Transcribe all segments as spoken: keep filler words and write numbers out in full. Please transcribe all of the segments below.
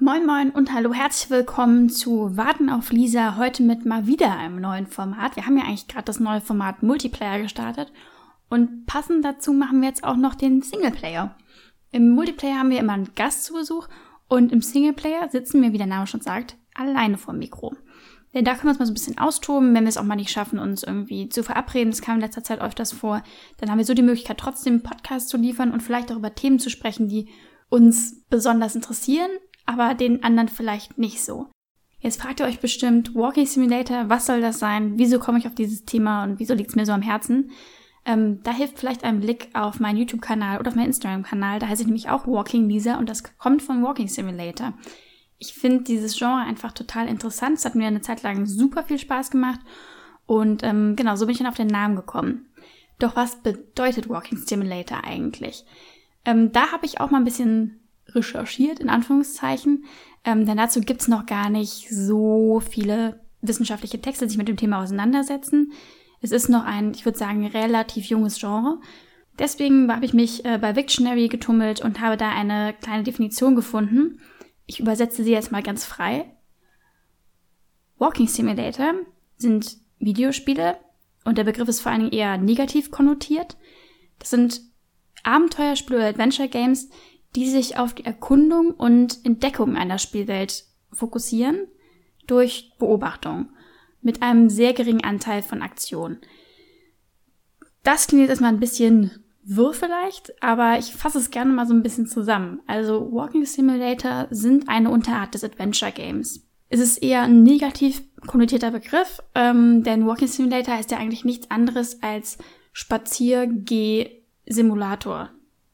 Moin Moin und hallo, herzlich willkommen zu Warten auf Lisa, heute mit mal wieder einem neuen Format. Wir haben ja eigentlich gerade das neue Format Multiplayer gestartet und passend dazu machen wir jetzt auch noch den Singleplayer. Im Multiplayer haben wir immer einen Gast zu Besuch und im Singleplayer sitzen wir, wie der Name schon sagt, alleine vor dem Mikro. Denn da können wir uns mal so ein bisschen austoben, wenn wir es auch mal nicht schaffen, uns irgendwie zu verabreden. Das kam in letzter Zeit öfters vor. Dann haben wir so die Möglichkeit, trotzdem einen Podcast zu liefern und vielleicht auch über Themen zu sprechen, die uns besonders interessieren, aber den anderen vielleicht nicht so. Jetzt fragt ihr euch bestimmt, Walking Simulator, was soll das sein? Wieso komme ich auf dieses Thema und wieso liegt es mir so am Herzen? Ähm, da hilft vielleicht ein Blick auf meinen YouTube-Kanal oder auf meinen Instagram-Kanal. Da heiße ich nämlich auch Walking Lisa und das kommt von Walking Simulator. Ich finde dieses Genre einfach total interessant. Es hat mir eine Zeit lang super viel Spaß gemacht und ähm, genau, so bin ich dann auf den Namen gekommen. Doch was bedeutet Walking Simulator eigentlich? Ähm, da habe ich auch mal ein bisschen recherchiert, in Anführungszeichen, ähm, denn dazu gibt's noch gar nicht so viele wissenschaftliche Texte, die sich mit dem Thema auseinandersetzen. Es ist noch ein, ich würde sagen, relativ junges Genre. Deswegen habe ich mich äh, bei Wiktionary getummelt und habe da eine kleine Definition gefunden. Ich übersetze sie jetzt mal ganz frei. Walking Simulator sind Videospiele und der Begriff ist vor allen Dingen eher negativ konnotiert. Das sind Abenteuerspiele oder Adventure Games, die sich auf die Erkundung und Entdeckung einer Spielwelt fokussieren durch Beobachtung mit einem sehr geringen Anteil von Aktion. Das klingt jetzt erstmal ein bisschen wirr vielleicht, aber ich fasse es gerne mal so ein bisschen zusammen. Also Walking Simulator sind eine Unterart des Adventure Games. Es ist eher ein negativ konnotierter Begriff, ähm, denn Walking Simulator ist ja eigentlich nichts anderes als Spaziergeh-Simulator.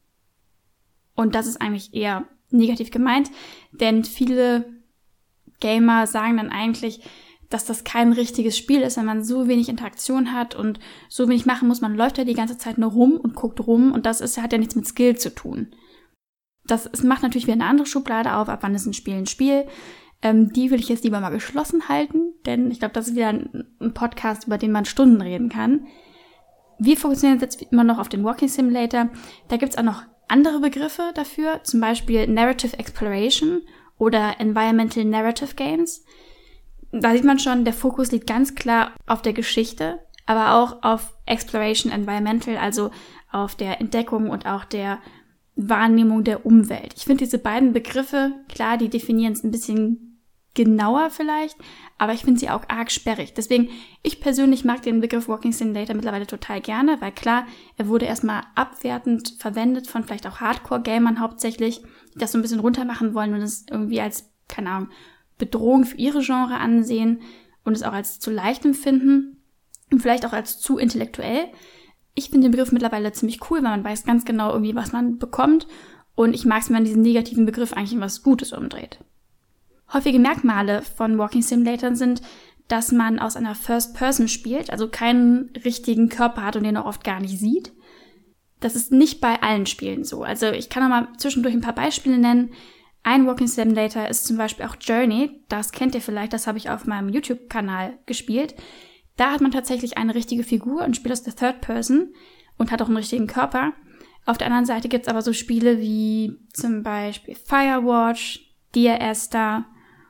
Und das ist eigentlich eher negativ gemeint, denn viele Gamer sagen dann eigentlich, dass das kein richtiges Spiel ist, wenn man so wenig Interaktion hat und so wenig machen muss. Man läuft ja die ganze Zeit nur rum und guckt rum und das ist, hat ja nichts mit Skill zu tun. Das es macht natürlich wieder eine andere Schublade auf, ab wann ist ein Spiel ein Spiel. Ähm, die will ich jetzt lieber mal geschlossen halten, denn ich glaube, das ist wieder ein, ein Podcast, über den man Stunden reden kann. Wir fokussieren jetzt immer noch auf den Walking Simulator. Da gibt's auch noch andere Begriffe dafür, zum Beispiel Narrative Exploration oder Environmental Narrative Games. Da sieht man schon, der Fokus liegt ganz klar auf der Geschichte, aber auch auf Exploration Environmental, also auf der Entdeckung und auch der Wahrnehmung der Umwelt. Ich finde diese beiden Begriffe, klar, die definieren es ein bisschen genauer vielleicht, aber ich finde sie auch arg sperrig. Deswegen, ich persönlich mag den Begriff Walking Simulator mittlerweile total gerne, weil klar, er wurde erstmal abwertend verwendet von vielleicht auch Hardcore-Gamern hauptsächlich, die das so ein bisschen runtermachen wollen und es irgendwie als, keine Ahnung, Bedrohung für ihre Genre ansehen und es auch als zu leicht empfinden und vielleicht auch als zu intellektuell. Ich finde den Begriff mittlerweile ziemlich cool, weil man weiß ganz genau irgendwie, was man bekommt und ich mag es, wenn man diesen negativen Begriff eigentlich in was Gutes umdreht. Häufige Merkmale von Walking Simulatoren sind, dass man aus einer First Person spielt, also keinen richtigen Körper hat und den auch oft gar nicht sieht. Das ist nicht bei allen Spielen so. Also ich kann noch mal zwischendurch ein paar Beispiele nennen. Ein Walking Simulator ist zum Beispiel auch Journey. Das kennt ihr vielleicht, das habe ich auf meinem YouTube-Kanal gespielt. Da hat man tatsächlich eine richtige Figur und spielt aus der Third Person und hat auch einen richtigen Körper. Auf der anderen Seite gibt es aber so Spiele wie zum Beispiel Firewatch, Dear Esther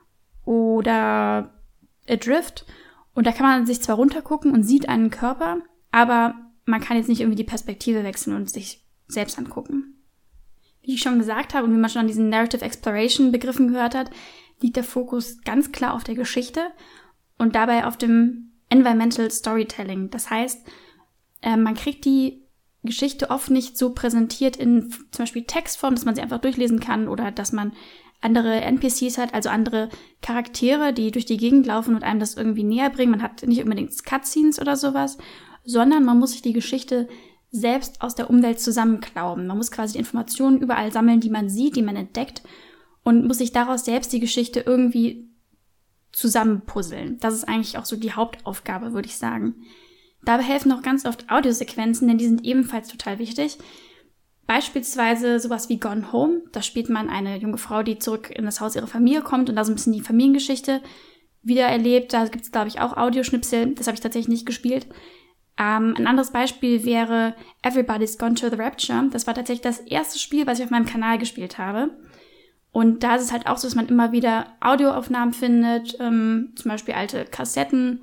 oder Adrift. Und da kann man sich zwar runtergucken und sieht einen Körper, aber man kann jetzt nicht irgendwie die Perspektive wechseln und sich selbst angucken. Wie ich schon gesagt habe und wie man schon an diesen Narrative Exploration Begriffen gehört hat, liegt der Fokus ganz klar auf der Geschichte und dabei auf dem Environmental Storytelling. Das heißt, äh, man kriegt die Geschichte oft nicht so präsentiert in zum Beispiel Textform, dass man sie einfach durchlesen kann oder dass man andere N P Cs hat, also andere Charaktere, die durch die Gegend laufen und einem das irgendwie näher bringen. Man hat nicht unbedingt Cutscenes oder sowas, sondern man muss sich die Geschichte selbst aus der Umwelt zusammenklauben. Man muss quasi die Informationen überall sammeln, die man sieht, die man entdeckt und muss sich daraus selbst die Geschichte irgendwie zusammenpuzzeln. Das ist eigentlich auch so die Hauptaufgabe, würde ich sagen. Dabei helfen auch ganz oft Audiosequenzen, denn die sind ebenfalls total wichtig. Beispielsweise sowas wie Gone Home. Da spielt man eine junge Frau, die zurück in das Haus ihrer Familie kommt und da so ein bisschen die Familiengeschichte wieder erlebt. Da gibt es, glaube ich, auch Audioschnipsel. Das habe ich tatsächlich nicht gespielt. Ähm, ein anderes Beispiel wäre Everybody's Gone to the Rapture. Das war tatsächlich das erste Spiel, was ich auf meinem Kanal gespielt habe. Und da ist es halt auch so, dass man immer wieder Audioaufnahmen findet, ähm, zum Beispiel alte Kassetten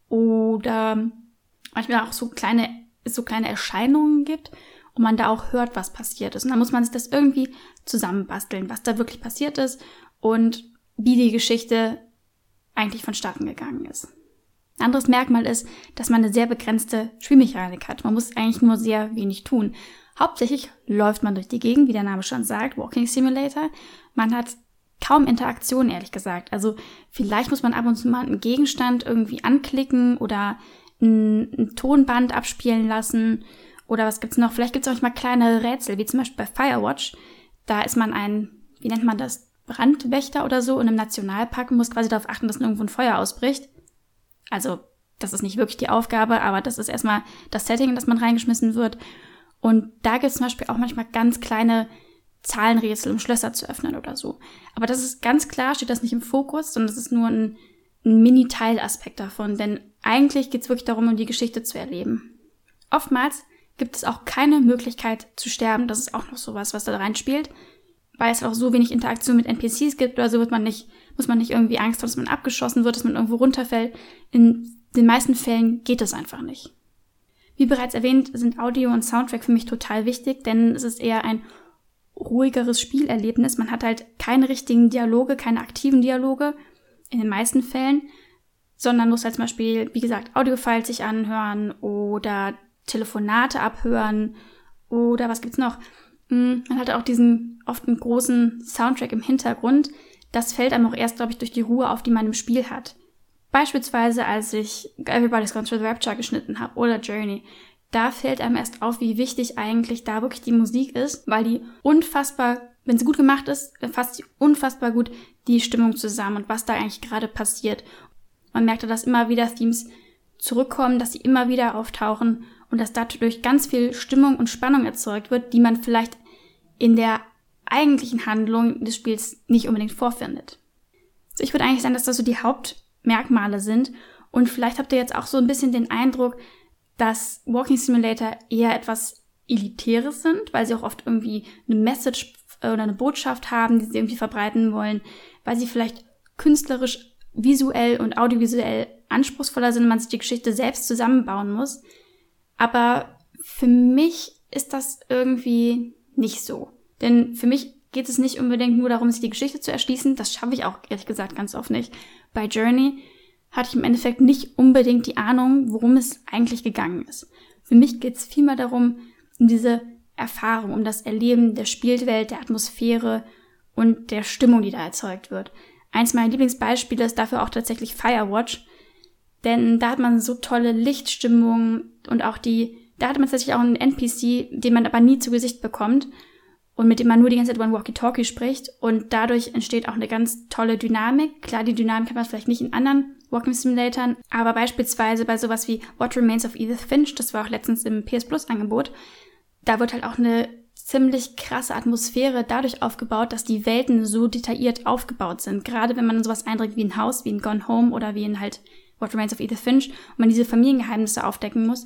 oder manchmal auch so kleine, so kleine Erscheinungen gibt und man da auch hört, was passiert ist. Und dann muss man sich das irgendwie zusammenbasteln, was da wirklich passiert ist und wie die Geschichte eigentlich vonstatten gegangen ist. Ein anderes Merkmal ist, dass man eine sehr begrenzte Spielmechanik hat. Man muss eigentlich nur sehr wenig tun. Hauptsächlich läuft man durch die Gegend, wie der Name schon sagt, Walking Simulator. Man hat kaum Interaktion, ehrlich gesagt. Also vielleicht muss man ab und zu mal einen Gegenstand irgendwie anklicken oder ein, ein Tonband abspielen lassen. Oder was gibt's noch? Vielleicht gibt's auch manchmal kleine Rätsel, wie zum Beispiel bei Firewatch. Da ist man ein, wie nennt man das, Brandwächter oder so in einem Nationalpark und muss quasi darauf achten, dass nirgendwo ein Feuer ausbricht. Also das ist nicht wirklich die Aufgabe, aber das ist erstmal das Setting, in das man reingeschmissen wird. Und da gibt es zum Beispiel auch manchmal ganz kleine Zahlenrätsel, um Schlösser zu öffnen oder so. Aber das ist ganz klar, steht das nicht im Fokus, sondern das ist nur ein, ein Mini-Teilaspekt davon. Denn eigentlich geht es wirklich darum, um die Geschichte zu erleben. Oftmals gibt es auch keine Möglichkeit zu sterben. Das ist auch noch sowas, was da reinspielt. Weil es auch so wenig Interaktion mit N P Cs gibt oder so, wird man nicht, muss man nicht irgendwie Angst haben, dass man abgeschossen wird, dass man irgendwo runterfällt. In den meisten Fällen geht es einfach nicht. Wie bereits erwähnt, sind Audio und Soundtrack für mich total wichtig, denn es ist eher ein ruhigeres Spielerlebnis. Man hat halt keine richtigen Dialoge, keine aktiven Dialoge in den meisten Fällen, sondern muss halt zum Beispiel, wie gesagt, Audiofiles sich anhören oder Telefonate abhören oder was gibt's noch? Man hat auch diesen oft einen großen Soundtrack im Hintergrund. Das fällt einem auch erst, glaube ich, durch die Ruhe auf, die man im Spiel hat. Beispielsweise, als ich Everybody's Gone Through the Rapture geschnitten habe oder Journey, da fällt einem erst auf, wie wichtig eigentlich da wirklich die Musik ist, weil die unfassbar, wenn sie gut gemacht ist, dann fasst sie unfassbar gut die Stimmung zusammen und was da eigentlich gerade passiert. Man merkt, dass immer wieder Themes zurückkommen, dass sie immer wieder auftauchen und dass dadurch ganz viel Stimmung und Spannung erzeugt wird, die man vielleicht in der eigentlichen Handlung des Spiels nicht unbedingt vorfindet. Also ich würde eigentlich sagen, dass das so die Hauptmerkmale sind und vielleicht habt ihr jetzt auch so ein bisschen den Eindruck, dass Walking Simulator eher etwas Elitäres sind, weil sie auch oft irgendwie eine Message oder eine Botschaft haben, die sie irgendwie verbreiten wollen, weil sie vielleicht künstlerisch, visuell und audiovisuell anspruchsvoller sind und man sich die Geschichte selbst zusammenbauen muss. Aber für mich ist das irgendwie nicht so. Denn für mich geht es nicht unbedingt nur darum, sich die Geschichte zu erschließen. Das schaffe ich auch, ehrlich gesagt, ganz oft nicht. Bei Journey hatte ich im Endeffekt nicht unbedingt die Ahnung, worum es eigentlich gegangen ist. Für mich geht es vielmehr darum, um diese Erfahrung, um das Erleben der Spielwelt, der Atmosphäre und der Stimmung, die da erzeugt wird. Eins meiner Lieblingsbeispiele ist dafür auch tatsächlich Firewatch. Denn da hat man so tolle Lichtstimmung und auch die, da hat man tatsächlich auch einen N P C, den man aber nie zu Gesicht bekommt und mit dem man nur die ganze Zeit über ein Walkie-Talkie spricht und dadurch entsteht auch eine ganz tolle Dynamik. Klar, die Dynamik hat man vielleicht nicht in anderen Walking Simulatoren, aber beispielsweise bei sowas wie What Remains of Edith Finch, das war auch letztens im P S Plus Angebot, da wird halt auch eine ziemlich krasse Atmosphäre dadurch aufgebaut, dass die Welten so detailliert aufgebaut sind. Gerade wenn man in sowas eindringt wie ein Haus, wie in Gone Home oder wie in halt What Remains of Edith Finch und man diese Familiengeheimnisse aufdecken muss,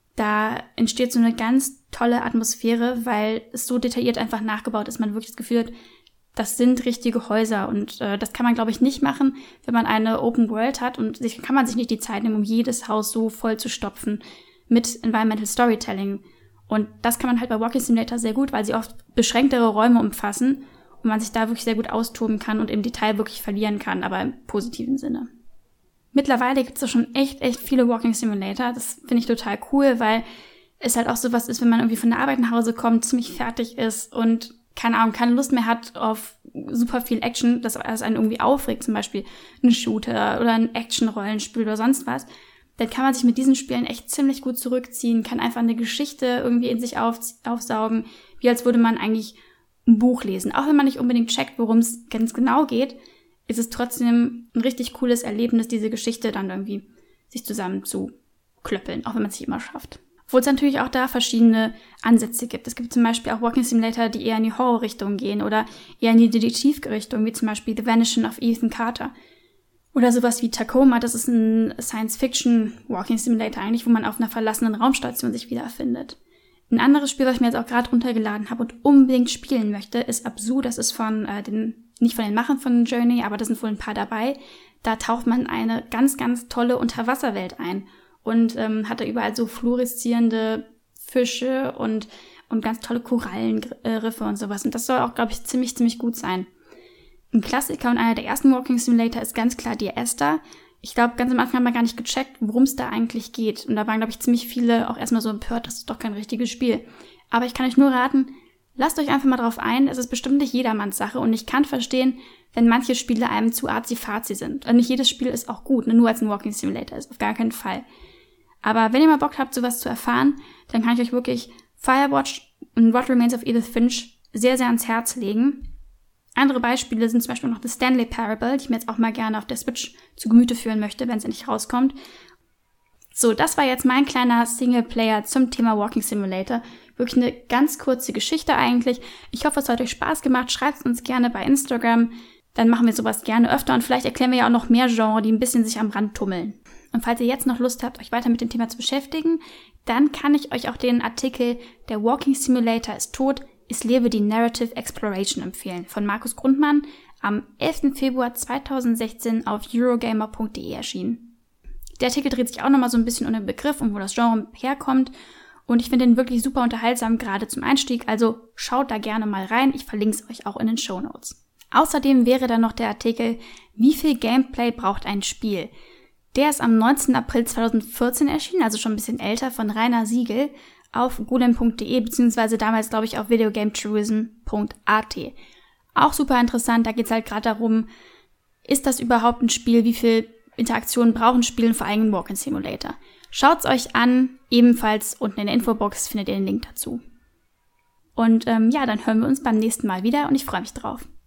da entsteht so eine ganz tolle Atmosphäre, weil es so detailliert einfach nachgebaut ist. Man wirklich das Gefühl hat, das sind richtige Häuser und äh, das kann man, glaube ich, nicht machen, wenn man eine Open World hat und sich, kann man sich nicht die Zeit nehmen, um jedes Haus so voll zu stopfen mit Environmental Storytelling. Und das kann man halt bei Walking Simulator sehr gut, weil sie oft beschränktere Räume umfassen und man sich da wirklich sehr gut austoben kann und im Detail wirklich verlieren kann, aber im positiven Sinne. Mittlerweile gibt es schon echt, echt viele Walking Simulator. Das finde ich total cool, weil es halt auch sowas ist, wenn man irgendwie von der Arbeit nach Hause kommt, ziemlich fertig ist und keine Ahnung, keine Lust mehr hat auf super viel Action, das einen irgendwie aufregt, zum Beispiel ein Shooter oder ein Action-Rollenspiel oder sonst was, dann kann man sich mit diesen Spielen echt ziemlich gut zurückziehen, kann einfach eine Geschichte irgendwie in sich auf, aufsaugen, wie als würde man eigentlich ein Buch lesen. Auch wenn man nicht unbedingt checkt, worum es ganz genau geht, ist es trotzdem ein richtig cooles Erlebnis, diese Geschichte dann irgendwie sich zusammen zu klöppeln, auch wenn man es nicht immer schafft. Obwohl es natürlich auch da verschiedene Ansätze gibt. Es gibt zum Beispiel auch Walking Simulator, die eher in die Horror-Richtung gehen oder eher in die Detektiv-Richtung, wie zum Beispiel The Vanishing of Ethan Carter. Oder sowas wie Tacoma, das ist ein Science-Fiction-Walking Simulator eigentlich, wo man auf einer verlassenen Raumstation sich wiederfindet. Ein anderes Spiel, was ich mir jetzt auch gerade runtergeladen habe und unbedingt spielen möchte, ist Absu. Das ist von äh, den nicht von den Machern von Journey, aber da sind wohl ein paar dabei. Da taucht man in eine ganz, ganz tolle Unterwasserwelt ein und ähm, hat da überall so fluoreszierende Fische und, und ganz tolle Korallenriffe und sowas. Und das soll auch, glaube ich, ziemlich, ziemlich gut sein. Ein Klassiker und einer der ersten Walking Simulator ist ganz klar Dear Esther. Ich glaube, ganz am Anfang haben wir gar nicht gecheckt, worum es da eigentlich geht. Und da waren, glaube ich, ziemlich viele auch erstmal so empört, das ist doch kein richtiges Spiel. Aber ich kann euch nur raten, lasst euch einfach mal drauf ein, es ist bestimmt nicht jedermanns Sache und ich kann verstehen, wenn manche Spiele einem zu arzi-fazi sind. Und nicht jedes Spiel ist auch gut, nur als ein Walking Simulator ist, auf gar keinen Fall. Aber wenn ihr mal Bock habt, sowas zu erfahren, dann kann ich euch wirklich Firewatch und What Remains of Edith Finch sehr, sehr ans Herz legen. Andere Beispiele sind zum Beispiel noch The Stanley Parable, die ich mir jetzt auch mal gerne auf der Switch zu Gemüte führen möchte, wenn es endlich rauskommt. So, das war jetzt mein kleiner Singleplayer zum Thema Walking Simulator. Wirklich eine ganz kurze Geschichte eigentlich. Ich hoffe, es hat euch Spaß gemacht. Schreibt es uns gerne bei Instagram. Dann machen wir sowas gerne öfter und vielleicht erklären wir ja auch noch mehr Genre, die ein bisschen sich am Rand tummeln. Und falls ihr jetzt noch Lust habt, euch weiter mit dem Thema zu beschäftigen, dann kann ich euch auch den Artikel Der Walking Simulator ist tot, es lebe die Narrative Exploration empfehlen von Markus Grundmann, am elften Februar zweitausendsechzehn auf eurogamer punkt de erschienen. Der Artikel dreht sich auch nochmal so ein bisschen um den Begriff und wo das Genre herkommt. Und ich finde den wirklich super unterhaltsam, gerade zum Einstieg. Also schaut da gerne mal rein. Ich verlinke es euch auch in den Shownotes. Außerdem wäre da noch der Artikel Wie viel Gameplay braucht ein Spiel? Der ist am neunzehnten April zweitausendvierzehn erschienen, also schon ein bisschen älter, von Rainer Siegel auf golem punkt de, beziehungsweise damals, glaube ich, auf videogametourism punkt a t. Auch super interessant, da geht es halt gerade darum, ist das überhaupt ein Spiel? Wie viel Interaktionen brauchen Spielen, vor allem ein Walking Simulator? Schaut's euch an, ebenfalls unten in der Infobox findet ihr den Link dazu. Und ähm, ja, dann hören wir uns beim nächsten Mal wieder und ich freue mich drauf.